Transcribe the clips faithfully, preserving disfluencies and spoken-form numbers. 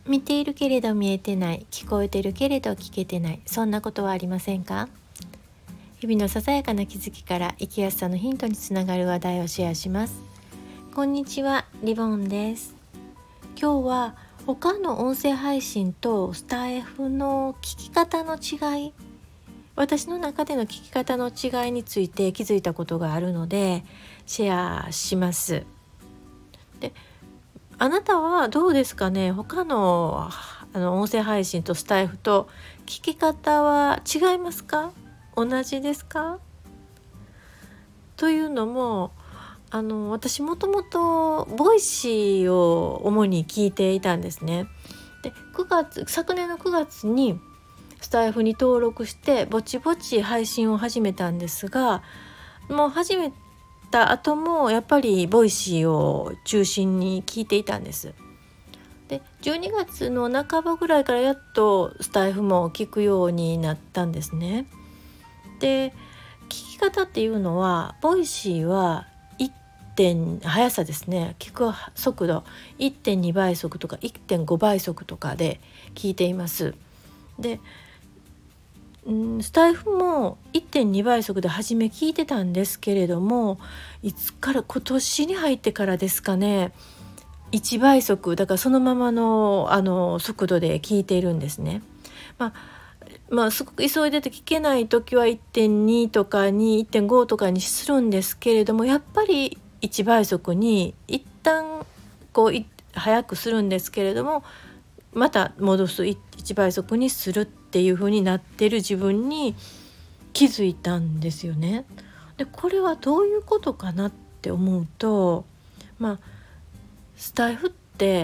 見ているけれど見えてない、聞こえてるけれど聞けてない、そんなことはありませんか？日々のささやかな気づきから生きやすさのヒントにつながる話題をシェアします。こんにちは、リボンです。今日は他の音声配信とスタイフの聞き方の違い、私の中での聞き方の違いについて気づいたことがあるのでシェアします。であなたはどうですかね。他の、あの音声配信とスタイフと聞き方は違いますか？同じですか？というのもあの私もともとボイシーを主に聞いていたんですね。でくがつ昨年のくがつにスタイフに登録してぼちぼち配信を始めたんですが、もう始めた後もやっぱりボイシーを中心に聞いていたんです。でじゅうにがつの半ばぐらいからやっとスタイフも聞くようになったんですね。で聞き方っていうのはボイシーは一点速さですね、聞く速度 いってんに 倍速とか いってんご 倍速とかで聞いています。でんスタイフも いってんに 倍速で初め聞いてたんですけれども、いつから今年に入ってからですかね、いちばい速だからそのままの、あの速度で聞いているんですね。まあまあ、すごく急いでて聞けない時は いってんに とかに いってんご とかにするんですけれども、やっぱりいちばい速に一旦こうい早くするんですけれども、また戻すいちばい速にするっていう風になってる自分に気づいたんですよね。でこれはどういうことかなって思うと、まあスタイフって、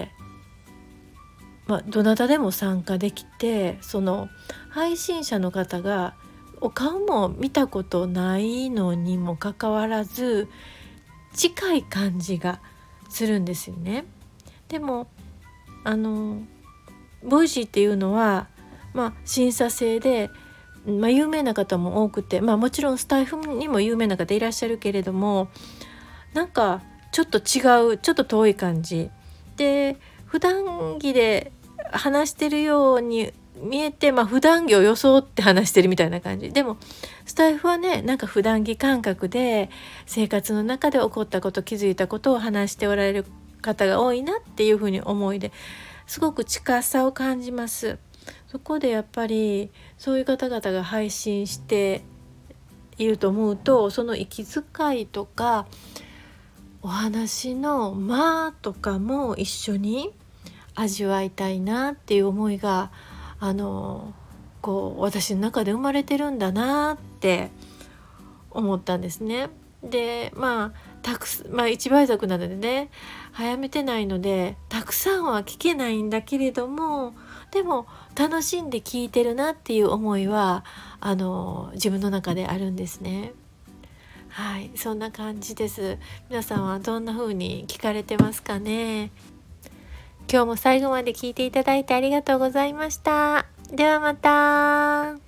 まあ、どなたでも参加できて、その配信者の方がお顔も見たことないのにもかかわらず近い感じがするんですよね。でもあのボイシーっていうのは、まあ、審査制で、まあ、有名な方も多くて、まあ、もちろんスタイフにも有名な方いらっしゃるけれども、なんかちょっと違う、ちょっと遠い感じで、普段着で話してるように見えて、まあ、普段着を装って話してるみたいな感じでも、スタイフはね、なんか普段着感覚で生活の中で起こったこと、気づいたことを話しておられる方が多いなっていうふうに思いで、すごく近さを感じます。そこでやっぱりそういう方々が配信していると思うと、その息遣いとかお話の間とかも一緒に味わいたいなっていう思いがあのこう私の中で生まれてるんだなって思ったんですね。でまあたくまあ一倍速なのでね、早めてないのでたくさんは聞けないんだけれども、でも楽しんで聞いてるなっていう思いはあの自分の中であるんですね。はい、そんな感じです。皆さんはどんな風に聞かれてますかね。今日も最後まで聞いていただいてありがとうございました。ではまた。